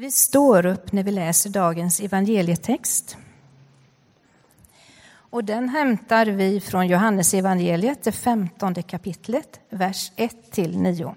Vi står upp när vi läser dagens evangelietext. Och den hämtar vi från Johannes evangeliet, det 15:e kapitlet, vers 1-9.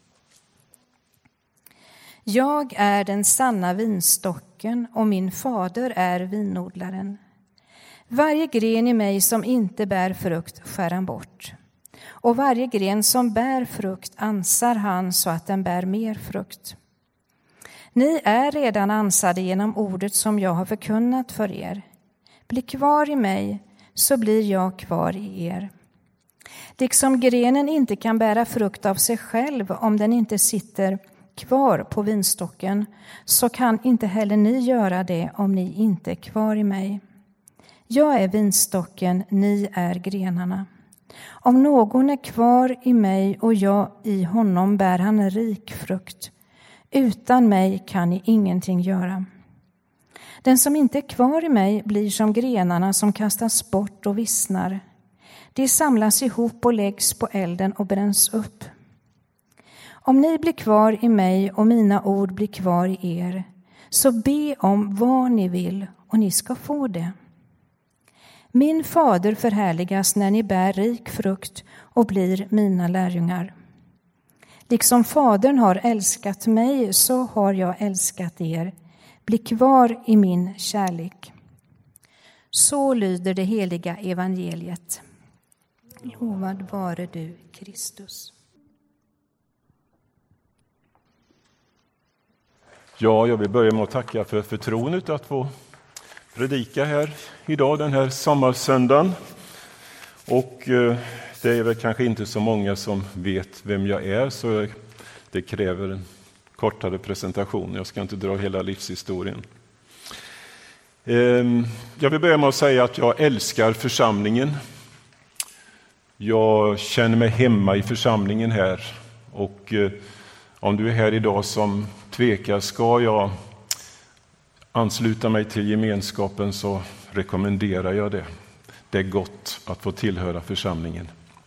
Jag är den sanna vinstocken och min fader är vinodlaren. Varje gren i mig som inte bär frukt skär han bort. Och varje gren som bär frukt ansar han så att den bär mer frukt. Ni är redan ansade genom ordet som jag har förkunnat för er. Bli kvar i mig, så blir jag kvar i er. Liksom grenen inte kan bära frukt av sig själv om den inte sitter kvar på vinstocken, så kan inte heller ni göra det om ni inte är kvar i mig. Jag är vinstocken, ni är grenarna. Om någon är kvar i mig och jag i honom bär han rik frukt. Utan mig kan ni ingenting göra. Den som inte är kvar i mig blir som grenarna som kastas bort och vissnar. De samlas ihop och läggs på elden och bränns upp. Om ni blir kvar i mig och mina ord blir kvar i er, så be om vad ni vill och ni ska få det. Min fader förhärligas när ni bär rik frukt och blir mina lärjungar. Liksom fadern har älskat mig så har jag älskat er. Bli kvar i min kärlek. Så lyder det heliga evangeliet. Lovad vare du, Kristus. Ja, jag vill börja med att tacka för förtroendet att få predika här idag den här sommarsöndagen. Och det är väl kanske inte så många som vet vem jag är, så det kräver en kortare presentation. Jag ska inte dra hela livshistorien. Jag vill börja med att säga att jag älskar församlingen. Jag känner mig hemma i församlingen här. Och om du är här idag som tvekar, ska jag ansluta mig till gemenskapen, så rekommenderar jag det. Det är gott att få tillhöra församlingen.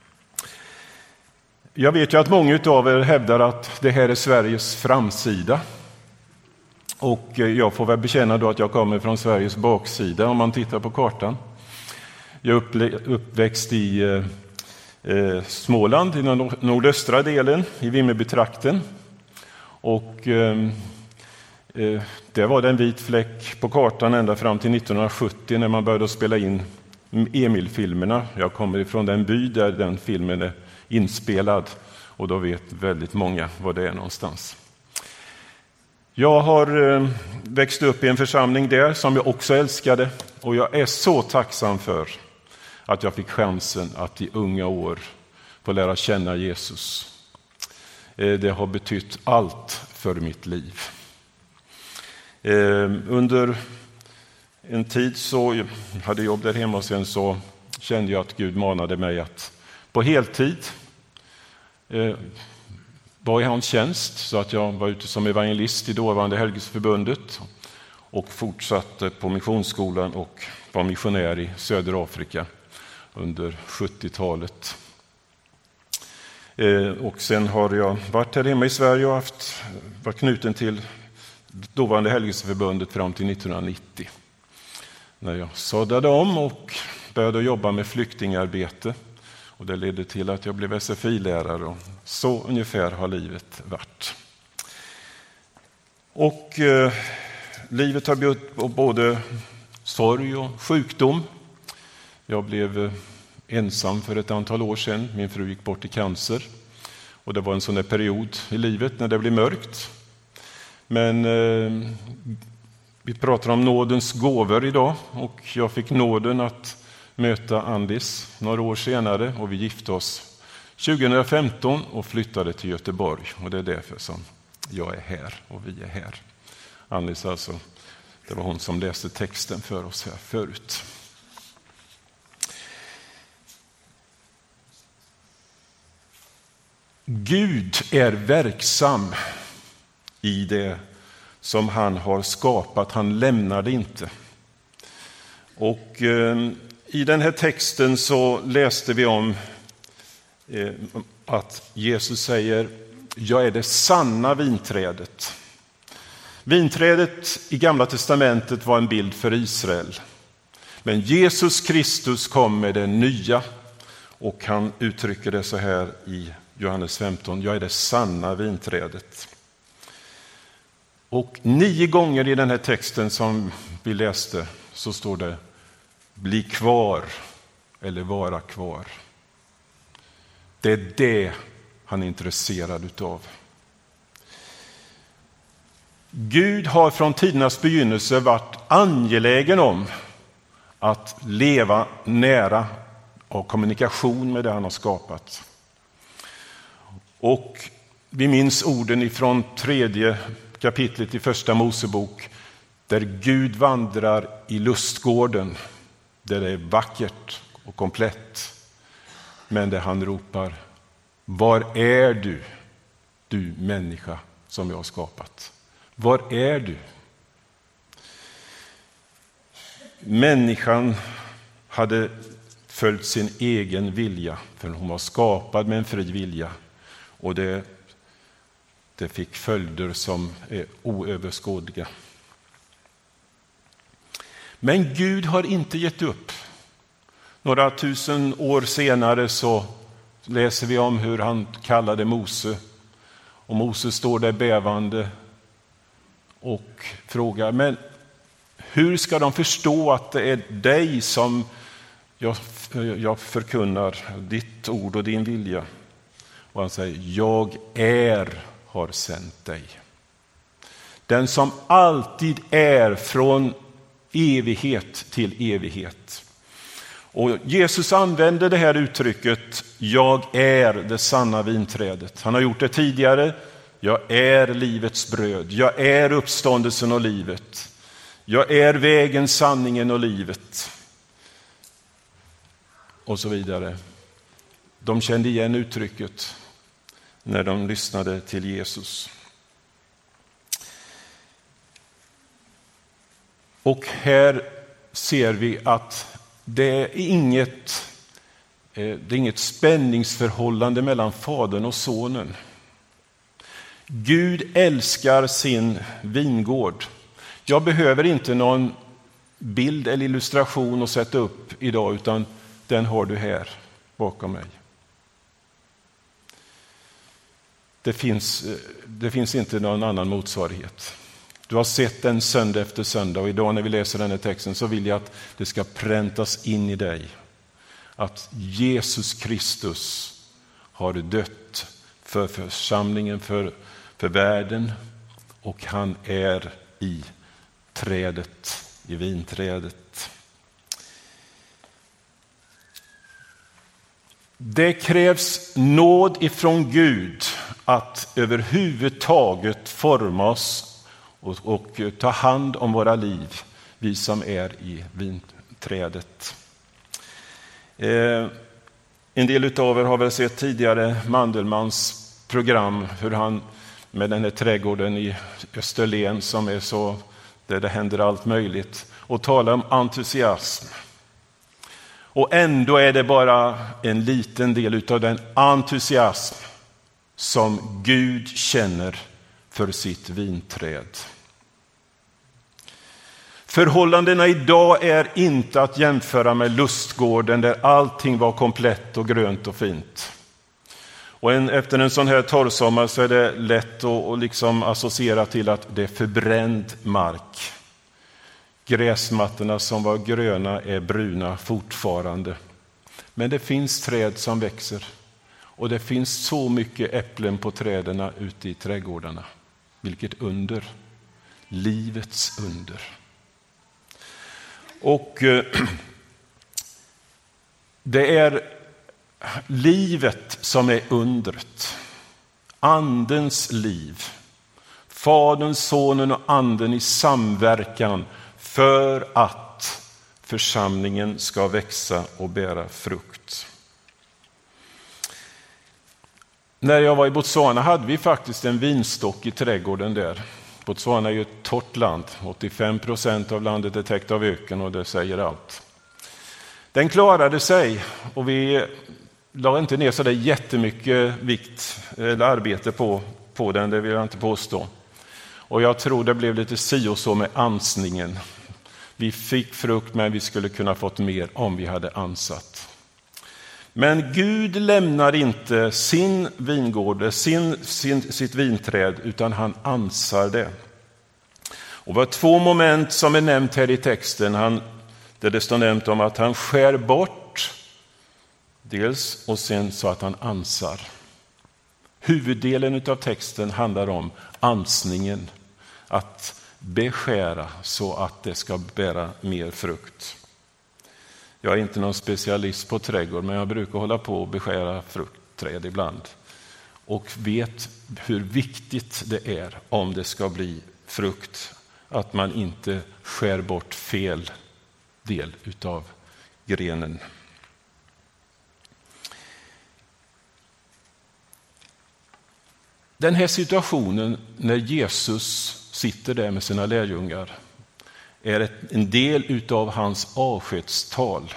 Jag vet ju att många av er hävdar att det här är Sveriges framsida. Och jag får väl bekänna då att jag kommer från Sveriges baksida om man tittar på kartan. Jag är uppväxt i Småland, i den nordöstra delen, i Vimmerbytrakten. Och det var en vit fläck på kartan ända fram till 1970 när man började spela in Emil-filmerna. Jag kommer ifrån den by där den filmen är inspelad, och då vet väldigt många var det är någonstans. Jag har växt upp i en församling där som jag också älskade, och jag är så tacksam för att jag fick chansen att i unga år få lära känna Jesus. Det har betytt allt för mitt liv. Under en tid så hade jag jobb där hemma, och sen så kände jag att Gud manade mig att på heltid var i hans tjänst, så att jag var ute som evangelist i dåvarande Helgelseförbundet och fortsatte på missionsskolan och var missionär i södra Afrika under 70-talet. Och sen har jag varit här hemma i Sverige och var knuten till dåvarande Helgelseförbundet fram till 1990. När jag såddade om och började jobba med flyktingarbete. Och det ledde till att jag blev SFI-lärare, och så ungefär har livet varit. Och livet har bjudit på både sorg och sjukdom. Jag blev ensam för ett antal år sedan. Min fru gick bort i cancer. Och det var en sån där period i livet när det blev mörkt. Men vi pratar om nådens gåvor idag, och jag fick nåden att möta Andis några år senare, och vi gifte oss 2015 och flyttade till Göteborg, och det är därför som jag är här och vi är här. Andis alltså, det var hon som läste texten för oss här förut. Gud är verksam i det som han har skapat. Han lämnar det inte. Och i den här texten så läste vi om att Jesus säger: jag är det sanna vinträdet. Vinträdet i Gamla testamentet var en bild för Israel. Men Jesus Kristus kom med det nya, och han uttrycker det så här i Johannes 15: jag är det sanna vinträdet. Och 9 gånger i den här texten som vi läste så står det bli kvar eller vara kvar. Det är det han är intresserad utav. Gud har från tidernas begynnelse varit angelägen om att leva nära och kommunikation med det han har skapat. Och vi minns orden ifrån 3:e kapitlet i Första Mosebok, där Gud vandrar i lustgården, där det är vackert och komplett, men där han ropar: var är du, du människa som jag har skapat? Var är du? Människan hade följt sin egen vilja, för hon var skapad med en fri vilja, och det fick följder som är oöverskådliga. Men Gud har inte gett upp. Några 1000 år senare så läser vi om hur han kallade Mose, och Mose står där bävande och frågar: men hur ska de förstå att det är dig som jag förkunnar, ditt ord och din vilja? Och han säger: jag har sänt dig. Den som alltid är, från evighet till evighet. Och Jesus använder det här uttrycket: jag är det sanna vinträdet. Han har gjort det tidigare. Jag är livets bröd. Jag är uppståndelsen och livet. Jag är vägen, sanningen och livet. Och så vidare. De kände igen uttrycket när de lyssnade till Jesus. Och här ser vi att det är inget spänningsförhållande mellan fadern och sonen. Gud älskar sin vingård. Jag behöver inte någon bild eller illustration att sätta upp idag, utan den har du här bakom mig. Det finns inte någon annan motsvarighet. Du har sett den söndag efter söndag, och idag när vi läser den här texten så vill jag att det ska präntas in i dig att Jesus Kristus har dött för församlingen, för världen, och han är i trädet, i vinträdet. Det krävs nåd ifrån Gud att överhuvudtaget forma oss och ta hand om våra liv, vi som är i vinträdet. En del utav er har väl sett tidigare Mandelmans program, hur han med den här trädgården i Österlen som är så, där det händer allt möjligt, och talar om entusiasm. Och ändå är det bara en liten del utav den entusiasm som Gud känner för sitt vinträd. Förhållandena idag är inte att jämföra med lustgården där allting var komplett och grönt och fint. Och efter en sån här torrsommar så är det lätt att liksom associera till att det är förbränd mark. Gräsmattorna som var gröna är bruna fortfarande. Men det finns träd som växer. Och det finns så mycket äpplen på träden ute i trädgårdarna. Vilket under. Livets under. Och det är livet som är undret. Andens liv. Fadern, sonen och anden i samverkan för att församlingen ska växa och bära frukt. När jag var i Botswana hade vi faktiskt en vinstock i trädgården där. Botswana är ju ett torrt land. 85% av landet är täckt av öken, och det säger allt. Den klarade sig, och vi la inte ner så där jättemycket vikt eller arbete på den, det vill jag inte påstå. Och jag tror det blev lite si och så med ansningen. Vi fick frukt, men vi skulle kunna fått mer om vi hade ansat. Men Gud lämnar inte sin vingård, sitt vinträd, utan han ansar det. Och det var 2 moment som är nämnt här i texten. Där det står nämnt om att han skär bort, dels, och sen så att han ansar. Huvuddelen av texten handlar om ansningen, att beskära så att det ska bära mer frukt. Jag är inte någon specialist på trädgård, men jag brukar hålla på och beskära fruktträd ibland. Och vet hur viktigt det är om det ska bli frukt, att man inte skär bort fel del utav grenen. Den här situationen när Jesus sitter där med sina lärjungar är en del utav hans avskedstal.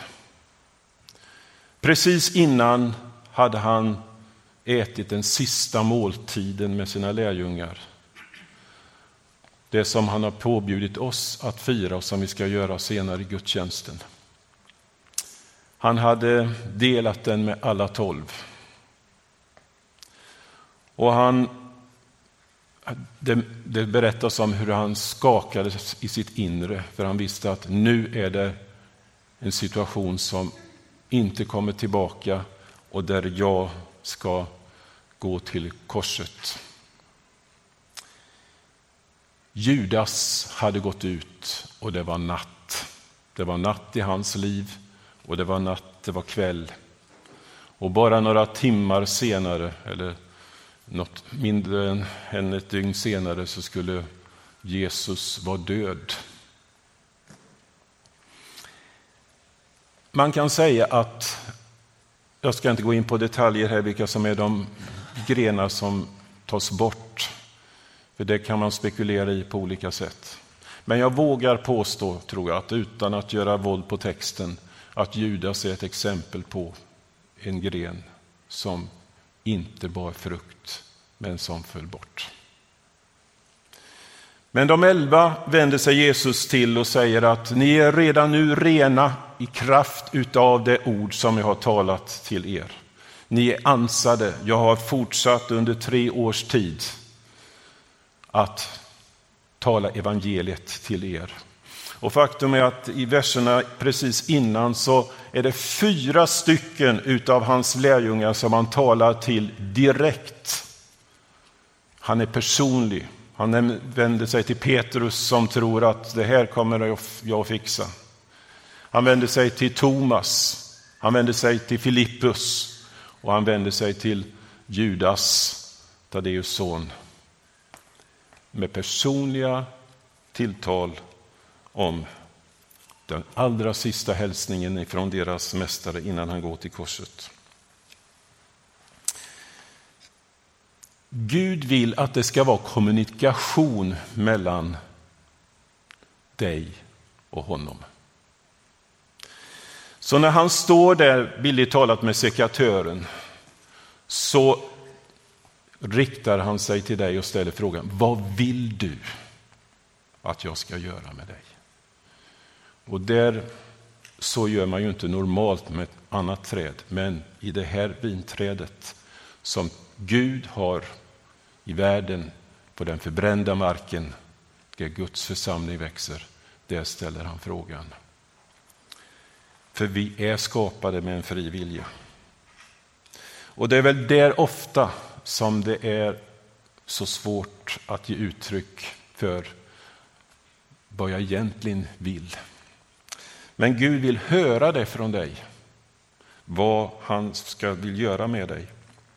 Precis innan hade han ätit den sista måltiden med sina lärjungar. Det som han har påbjudit oss att fira och som vi ska göra senare i gudstjänsten. Han hade delat den med alla 12. Och det berättas om hur han skakades i sitt inre, för han visste att nu är det en situation som inte kommer tillbaka och där jag ska gå till korset. Judas hade gått ut och det var natt. Det var natt i hans liv och det var kväll. Och bara några timmar senare, eller något mindre än ett dygn senare, så skulle Jesus vara död. Man kan säga att, jag ska inte gå in på detaljer här vilka som är de grenar som tas bort, för det kan man spekulera i på olika sätt. Men jag vågar påstå, tror jag, att utan att göra våld på texten, att Judas är ett exempel på en gren som inte bar frukt, men som föll bort. Men de 11 vänder sig Jesus till och säger att ni är redan nu rena i kraft utav det ord som jag har talat till er. Ni är ansade. Jag har fortsatt under 3 års tid att tala evangeliet till er. Och faktum är att i verserna precis innan så är det 4 stycken utav hans lärjungar som han talar till direkt. Han är personlig. Han vänder sig till Petrus som tror att det här kommer jag fixa. Han vänder sig till Thomas. Han vänder sig till Filippus. Och han vänder sig till Judas, Taddeus son. Med personliga tilltal om den allra sista hälsningen från deras mästare innan han går till korset. Gud vill att det ska vara kommunikation mellan dig och honom. Så när han står där, billigt talat, med sekatören, så riktar han sig till dig och ställer frågan: vad vill du att jag ska göra med dig? Och där så gör man ju inte normalt med ett annat träd, men i det här vinträdet som Gud har i världen, på den förbrända marken där Guds församling växer, där ställer han frågan. För vi är skapade med en fri vilja. Och det är väl där ofta som det är så svårt att ge uttryck för vad jag egentligen vill. Men Gud vill höra det från dig, vad han vill göra med dig.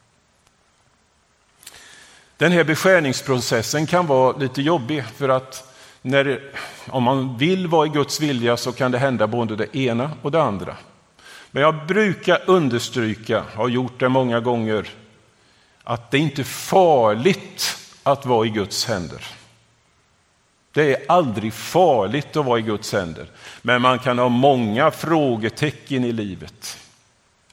Den här beskärningsprocessen kan vara lite jobbig, för att om man vill vara i Guds vilja så kan det hända både det ena och det andra. Men jag brukar understryka, har gjort det många gånger, att det inte är farligt att vara i Guds händer. Det är aldrig farligt att vara i Guds händer. Men man kan ha många frågetecken i livet.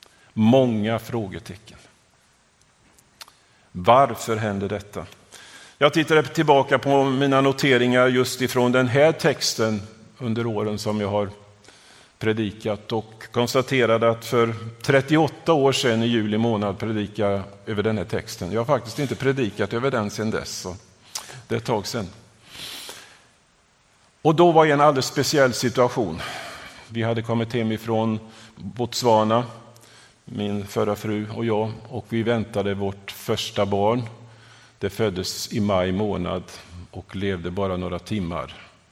Många frågetecken. Varför händer detta? Jag tittade tillbaka på mina noteringar just ifrån den här texten under åren som jag har predikat och konstaterade att för 38 år sedan i juli månad predikade jag över den här texten. Jag har faktiskt inte predikat över den sedan dess, så det är ett tag sedan. Och då var det en alldeles speciell situation. Vi hade kommit hem ifrån Botswana, min förra fru och jag, och vi väntade vårt första barn. Det föddes i maj månad och levde bara några timmar.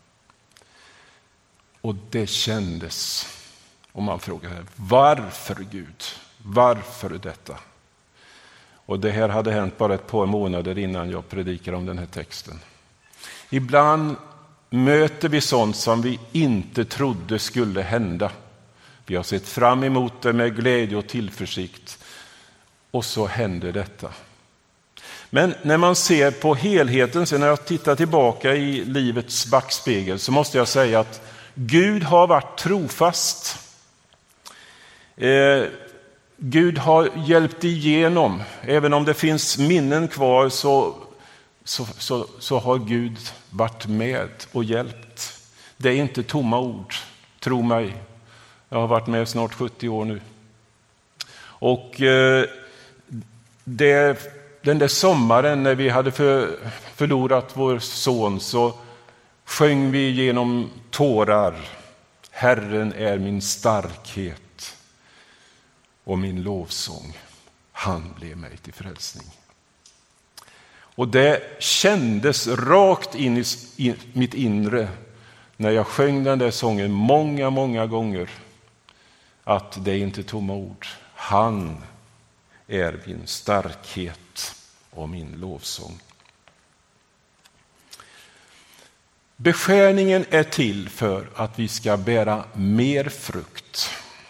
Och det kändes, och man frågade, varför Gud? Varför detta? Och det här hade hänt bara ett par månader innan jag predikade om den här texten. Ibland möter vi sånt som vi inte trodde skulle hända. Vi har sett fram emot det med glädje och tillförsikt. Och så händer detta. Men när man ser på helheten, sen när jag tittar tillbaka i livets backspegel, så måste jag säga att Gud har varit trofast. Gud har hjälpt igenom. Även om det finns minnen kvar så har Gud varit med och hjälpt. Det är inte tomma ord, tro mig. Jag har varit med snart 70 år nu. Och den där sommaren när vi hade förlorat vår son så sjöng vi genom tårar. Herren är min starkhet och min lovsång. Han blev mig till frälsning. Och det kändes rakt in i mitt inre när jag sjöng den där sången många, många gånger. Att det är inte tomma ord. Han är min starkhet och min lovsång. Beskärningen är till för att vi ska bära mer frukt.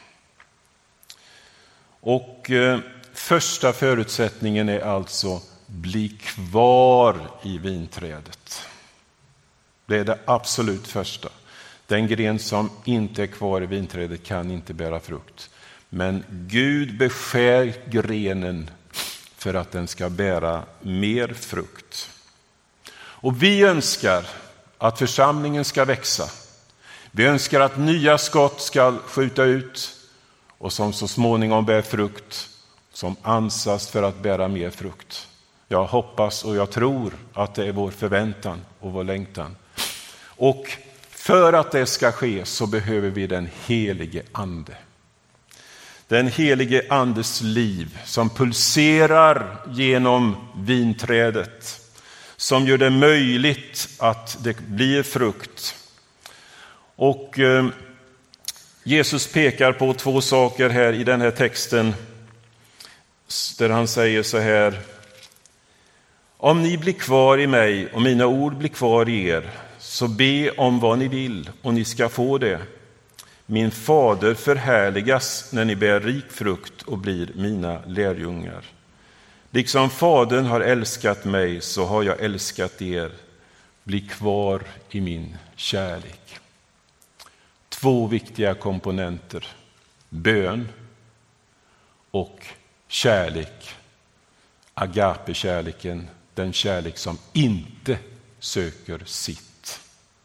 Och första förutsättningen är alltså bli kvar i vinträdet. Det är det absolut första. Den gren som inte är kvar i vinträdet kan inte bära frukt. Men Gud beskär grenen för att den ska bära mer frukt. Och vi önskar att församlingen ska växa. Vi önskar att nya skott ska skjuta ut och som så småningom bär frukt, som ansas för att bära mer frukt. Jag hoppas och jag tror att det är vår förväntan och vår längtan. Och för att det ska ske så behöver vi den helige ande. Den helige andes liv som pulserar genom vinträdet. Som gör det möjligt att det blir frukt. Och Jesus pekar på två saker här i den här texten. Där han säger så här. Om ni blir kvar i mig och mina ord blir kvar i er, så be om vad ni vill och ni ska få det. Min fader förhärligas när ni bär rik frukt och blir mina lärjungar. Liksom fadern har älskat mig så har jag älskat er. Bli kvar i min kärlek. Två viktiga komponenter. Bön och kärlek. Agape-kärleken. Den kärlek som inte söker sitt.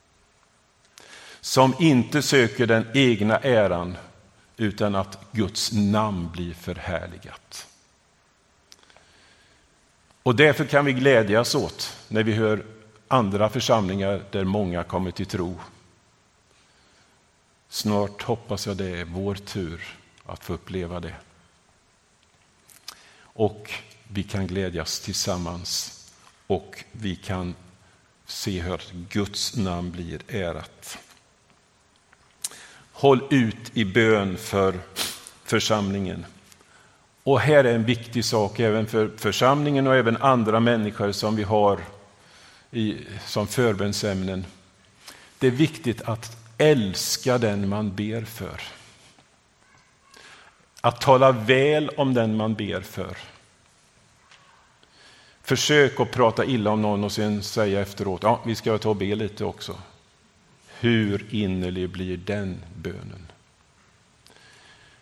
Som inte söker den egna äran utan att Guds namn blir förhärligat. Och därför kan vi glädjas åt när vi hör andra församlingar där många kommer till tro. Snart hoppas jag det är vår tur att få uppleva det. Och vi kan glädjas tillsammans och vi kan se hur Guds namn blir ärat. Håll ut i bön för församlingen. Och här är en viktig sak även för församlingen och även andra människor som vi har som förbönsämnen. Det är viktigt att älska den man ber för. Att tala väl om den man ber för. Försök att prata illa om någon och sen säga efteråt, ja, vi ska ta och be lite också. Hur innerlig blir den bönen?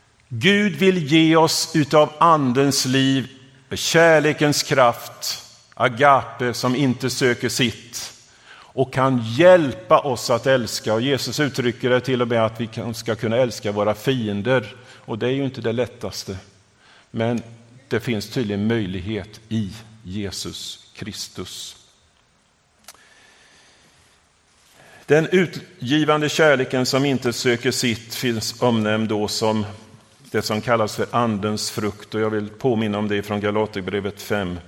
Gud vill ge oss utav andens liv, kärlekens kraft, agape som inte söker sitt och kan hjälpa oss att älska. Och Jesus uttrycker det till och med att vi ska kunna älska våra fiender. Och det är ju inte det lättaste. Men det finns tydligen möjlighet i Jesus Kristus. Den utgivande kärleken som inte söker sitt finns omnämnd då som det som kallas för andens frukt. Och jag vill påminna om det från Galaterbrevet 5.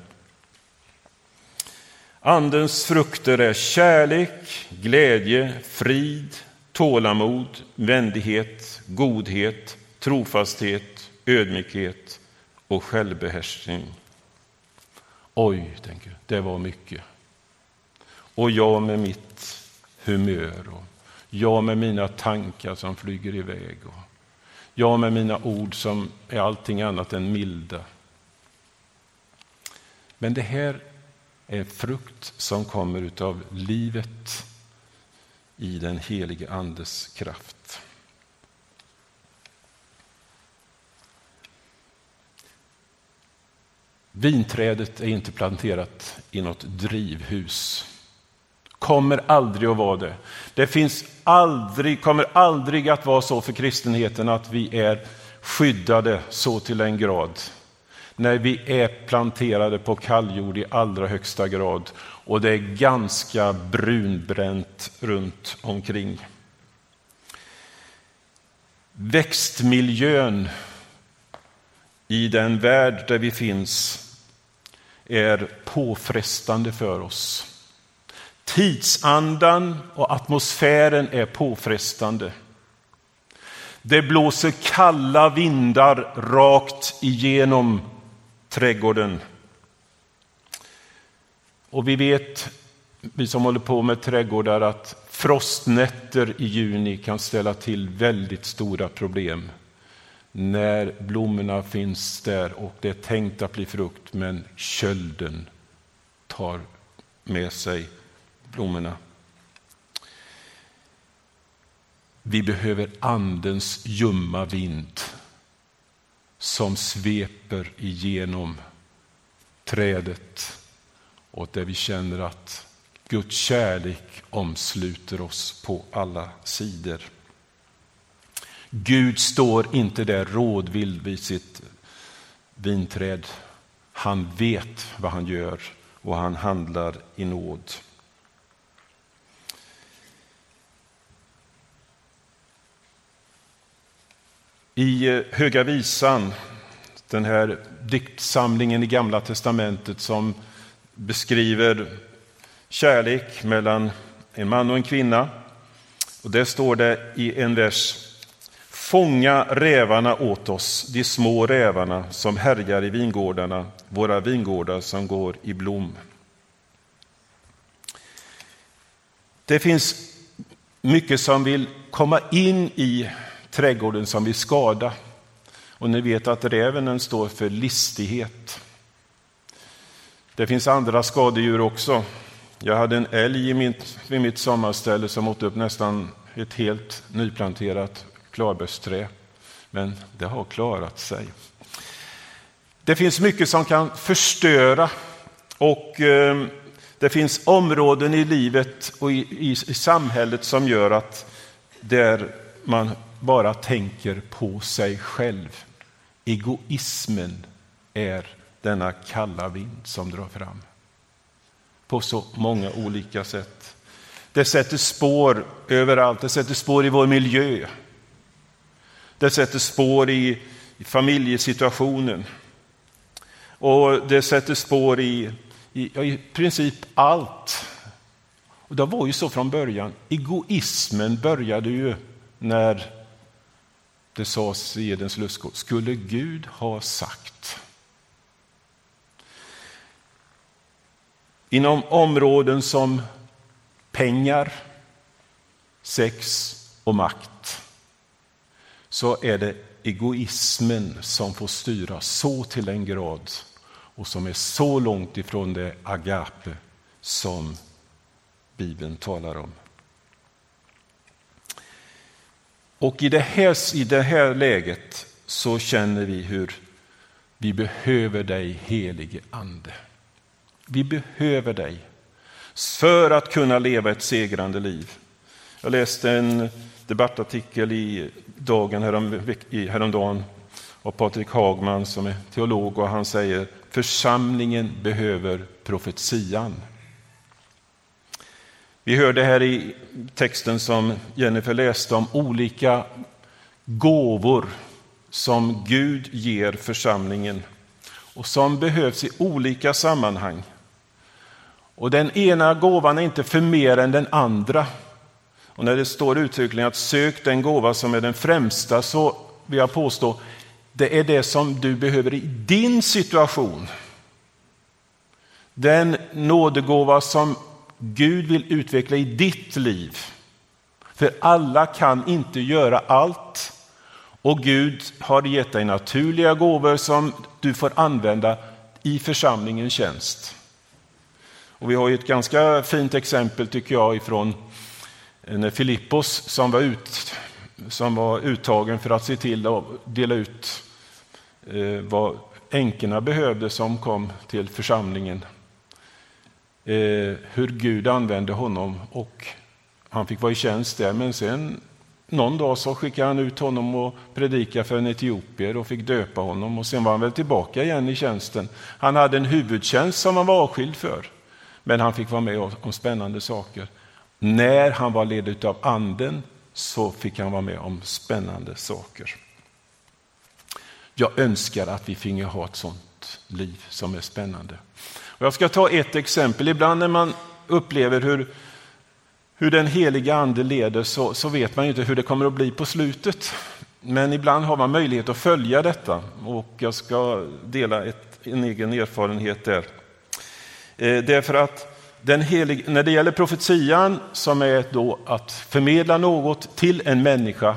Andens frukter är kärlek, glädje, frid, tålamod, vänlighet, godhet, trofasthet, ödmjukhet och självbehärskning. Oj, tänker jag, det var mycket. Och jag med mitt humör och jag med mina tankar som flyger iväg och jag med mina ord som är allting annat än milda. Men det här är frukt som kommer utav livet i den helige Andes kraft. Vinträdet är inte planterat i något drivhus. Kommer aldrig att vara det. Det kommer aldrig att vara så för kristenheten att vi är skyddade så till en grad. När vi är planterade på kalljord i allra högsta grad och det är ganska brunbränt runt omkring. Växtmiljön i den värld där vi finns är påfrestande för oss. Tidsandan och atmosfären är påfrestande. Det blåser kalla vindar rakt igenom trädgården. Och vi vet, vi som håller på med trädgårdar, att frostnätter i juni kan ställa till väldigt stora problem. När blommorna finns där och det är tänkt att bli frukt, men kölden tar med sig blommorna. Vi behöver andens ljumma vind som sveper igenom trädet och där vi känner att Guds kärlek omsluter oss på alla sidor. Gud står inte där rådvild vid sitt vinträd. Han vet vad han gör och han handlar i nåd. I Höga visan, den här diktsamlingen i Gamla testamentet som beskriver kärlek mellan en man och en kvinna. Och där står det i en vers: fånga rävarna åt oss, de små rävarna som härjar i vingårdarna, våra vingårdar som går i blom. Det finns mycket som vill komma in i trädgården som vill skada. Och ni vet att räven står för listighet. Det finns andra skadedjur också. Jag hade en älg vid mitt sommarställe som åt upp nästan ett helt nyplanterat klarbärsträ. Men det har klarat sig. Det finns mycket som kan förstöra och det finns områden i livet och i samhället som gör att där man bara tänker på sig själv. Egoismen är denna kalla vind som drar fram på så många olika sätt. Det sätter spår överallt. Det sätter spår i vår miljö. Det sätter spår i familjesituationen. Och det sätter spår i princip allt. Och det var ju så från början. Egoismen började ju när det sades i Edens lustgård: skulle Gud ha sagt. Inom områden som pengar, sex och makt så är det egoismen som får styra så till en grad och som är så långt ifrån det agape som Bibeln talar om. Och i det här läget så känner vi hur vi behöver dig, helige ande. Vi behöver dig för att kunna leva ett segrande liv. Jag läste en debattartikel i Dagen häromdagen av Patrik Hagman som är teolog, och han säger: församlingen behöver profetian. Vi hörde här i texten som Jennifer läste om olika gåvor som Gud ger församlingen och som behövs i olika sammanhang. Och den ena gåvan är inte för mer än den andra. Och när det står uttryckligen att sök den gåva som är den främsta, så vill jag påstå det är det som du behöver i din situation. Den nådegåva som Gud vill utveckla i ditt liv. För alla kan inte göra allt. Och Gud har gett dig naturliga gåvor som du får använda i församlingens tjänst. Och vi har ju ett ganska fint exempel tycker jag ifrån när Filippos som var uttagen för att se till att dela ut vad änkorna behövde som kom till församlingen. Hur Gud använde honom, och han fick vara i tjänst där, men sen någon dag så skickade han ut honom och predika för en etiopier och fick döpa honom, och sen var han väl tillbaka igen i tjänsten. Han hade en huvudtjänst som han var avskild för, men han fick vara med om spännande saker. När han var ledd av anden så fick han vara med om spännande saker. Jag önskar att vi finge ha ett sånt liv som är spännande. Och jag ska ta ett exempel. Ibland när man upplever hur den heliga ande leder så vet man ju inte hur det kommer att bli på slutet. Men ibland har man möjlighet att följa detta, och jag ska dela en egen erfarenhet där. Därför att när det gäller profetian, som är då att förmedla något till en människa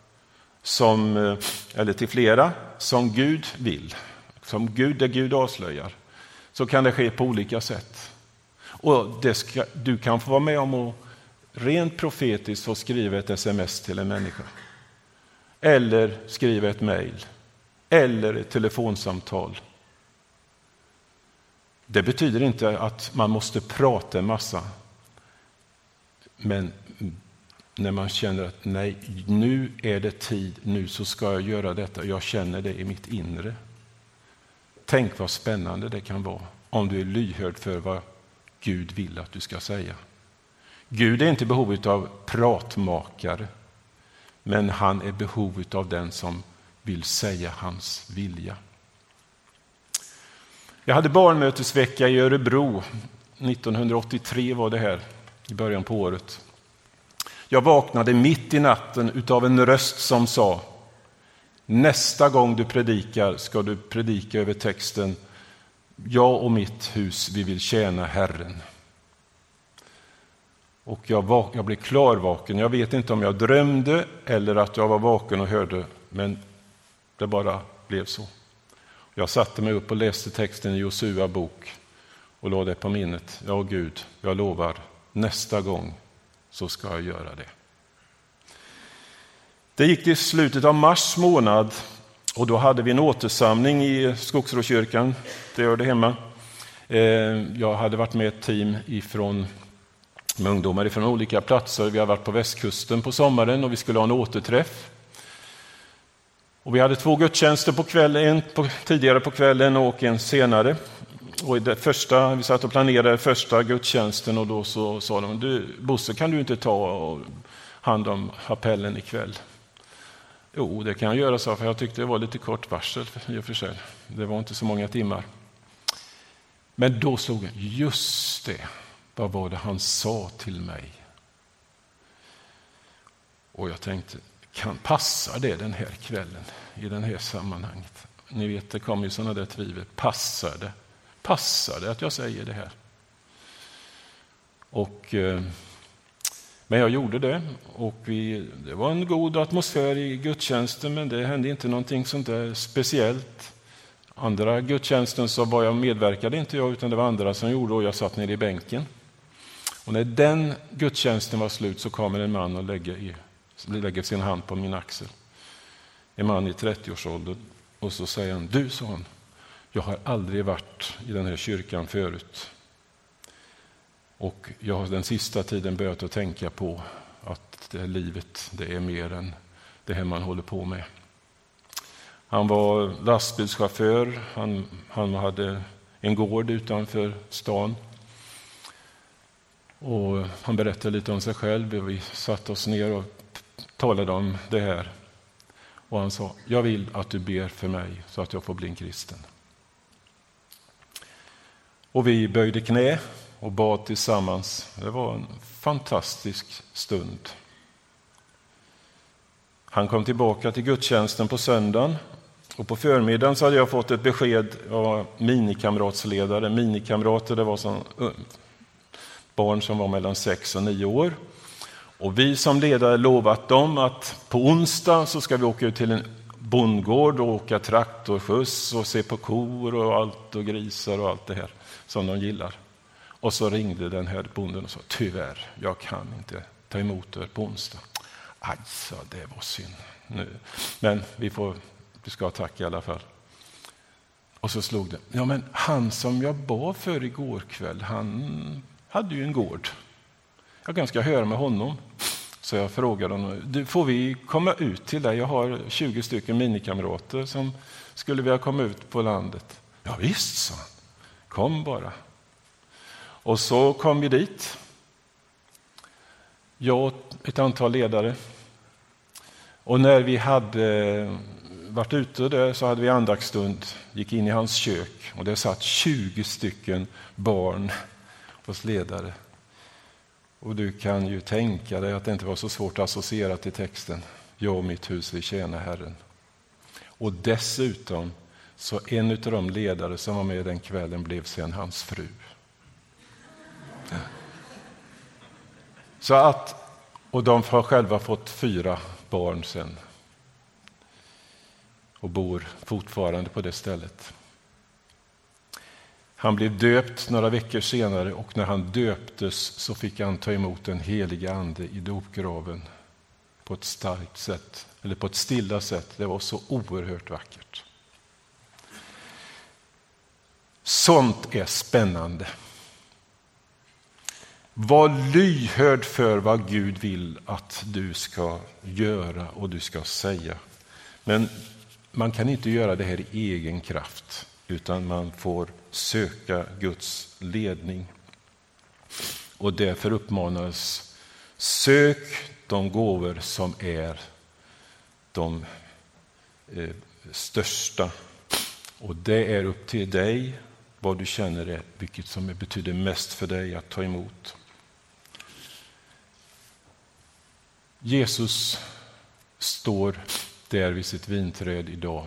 eller till flera som Gud vill, där Gud avslöjar, så kan det ske på olika sätt. Och du kan få vara med om att rent profetiskt få skriva ett sms till en människa, eller skriva ett mejl, eller ett telefonsamtal. Det betyder inte att man måste prata en massa. Men när man känner att nej, nu är det tid, nu så ska jag göra detta. Jag känner det i mitt inre. Tänk vad spännande det kan vara om du är lyhörd för vad Gud vill att du ska säga. Gud är inte i behov av pratmakare, men han är i behov av den som vill säga hans vilja. Jag hade barnmötesvecka i Örebro 1983 var det här, i början på året. Jag vaknade mitt i natten utav en röst som sa: nästa gång du predikar ska du predika över texten: jag och mitt hus, vi vill tjäna Herren. Och jag blev klarvaken. Jag vet inte om jag drömde eller att jag var vaken och hörde, men det bara blev så. Jag satte mig upp och läste texten i Josua bok och lade det på minnet. Ja Gud, jag lovar, nästa gång så ska jag göra det. Det gick till slutet av mars månad, och då hade vi en återsamling i Skogsråkyrkan, det gör det hemma. Jag hade varit med ett team med ungdomar från olika platser. Vi har varit på västkusten på sommaren och vi skulle ha en återträff. Och vi hade 2 gudstjänster på kvällen, en tidigare på kvällen och en senare. Och vi satt och planerade första gudstjänsten, och då så sa de: du Bosse, kan du inte ta hand om appellen ikväll? Jo, det kan jag göra, så för jag tyckte det var lite kort varsel i och för sig. Det var inte så många timmar. Men då såg jag, just det, vad var det han sa till mig? Och jag tänkte, passar det den här kvällen i den här sammanhanget? Ni vet, det kommer ju sådana där tvivel. Passar det att jag säger det här? Men jag gjorde det, och det var en god atmosfär i gudstjänsten, men det hände inte någonting sånt där speciellt. Andra gudstjänsten så medverkade inte jag, utan det var andra som gjorde, och jag satt ner i bänken. Och när den gudstjänsten var slut så kommer en man och lägger sin hand på min axel. En man i 30-årsåldern, och så säger han: du, sa han, jag har aldrig varit i den här kyrkan förut, Och jag har den sista tiden börjat att tänka på att det livet, det är mer än det här man håller på med. Han var lastbilschaufför, han hade en gård utanför stan. Och han berättade lite om sig själv. Vi satt oss ner och talade om det här. Och han sa, jag vill att du ber för mig så att jag får bli en kristen. Och vi böjde knä och bad tillsammans. Det var en fantastisk stund. Han kom tillbaka till gudstjänsten på söndagen. Och på förmiddagen så hade jag fått ett besked av minikamratsledare. Minikamrater, det var som barn som var mellan 6 och 9 år. Och vi som ledare lovat dem att på onsdag så ska vi åka ut till en bondgård och åka traktorskjuts och se på kor och allt och grisar och allt det här som de gillar. Och så ringde den här bonden och sa, tyvärr, jag kan inte ta emot er på onsdag. Alltså, det var synd. Nu. Men vi ska ha tack i alla fall. Och så slog det. Ja, men han som jag bad för igår kväll, han hade ju en gård. Jag ganska höra med honom. Så jag frågade honom, får vi komma ut till dig? Jag har 20 stycken minikamrater som skulle vilja komma ut på landet. Ja visst, sa han. Kom bara. Och så kom vi dit. Jag och ett antal ledare. Och när vi hade varit ute där så hade vi andaktsstund. Gick in i hans kök och där satt 20 stycken barn hos ledare. Och du kan ju tänka dig att det inte var så svårt att associera till texten. Jag och mitt hus, vi tjänar Herren. Och dessutom så en av de ledare som var med den kvällen blev sen hans fru. Så att, och de har själva fått 4 barn sen. Och bor fortfarande på det stället. Han blev döpt några veckor senare och när han döptes så fick han ta emot den heliga ande i dopgraven på ett starkt sätt, eller på ett stilla sätt. Det var så oerhört vackert. Sånt är spännande. Var lyhörd för vad Gud vill att du ska göra och du ska säga. Men man kan inte göra det här i egen kraft. Utan man får söka Guds ledning. Och därför uppmanas, sök de gåvor som är de största. Och det är upp till dig vad du känner är, vilket som betyder mest för dig att ta emot. Jesus står där vid sitt vinträd idag.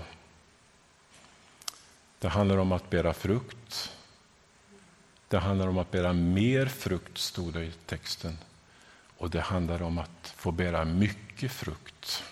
Det handlar om att bära frukt. Det handlar om att bära mer frukt, stod det i texten. Och det handlar om att få bära mycket frukt.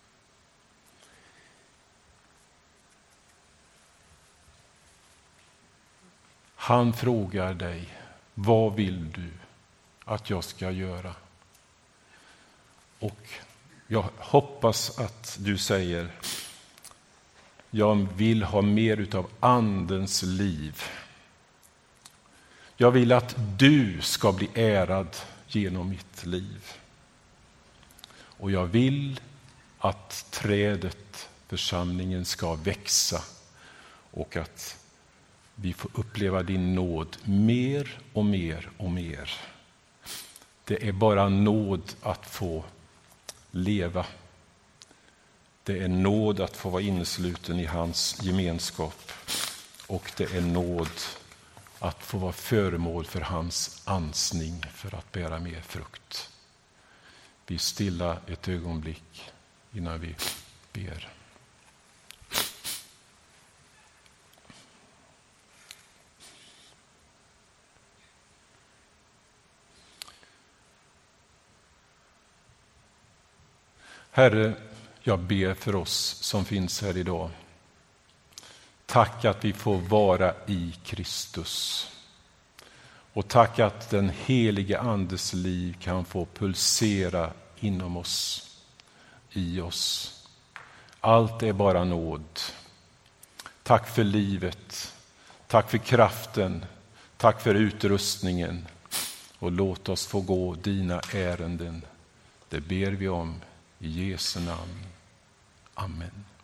Han frågar dig, vad vill du att jag ska göra? Och jag hoppas att du säger, jag vill ha mer utav andens liv. Jag vill att du ska bli ärad genom mitt liv. Och jag vill att trädet, församlingen, ska växa. Och att vi får uppleva din nåd mer och mer och mer. Det är bara nåd att få leva. Det är nåd att få vara innesluten i hans gemenskap. Och det är nåd att få vara föremål för hans ansning för att bära mer frukt. Vi stilla ett ögonblick innan vi ber. Herre, jag ber för oss som finns här idag. Tack att vi får vara i Kristus. Och tack att den heliga andes liv kan få pulsera inom oss, i oss. Allt är bara nåd. Tack för livet. Tack för kraften. Tack för utrustningen. och låt oss få gå dina ärenden. Det ber vi om i Jesu namn. Amen.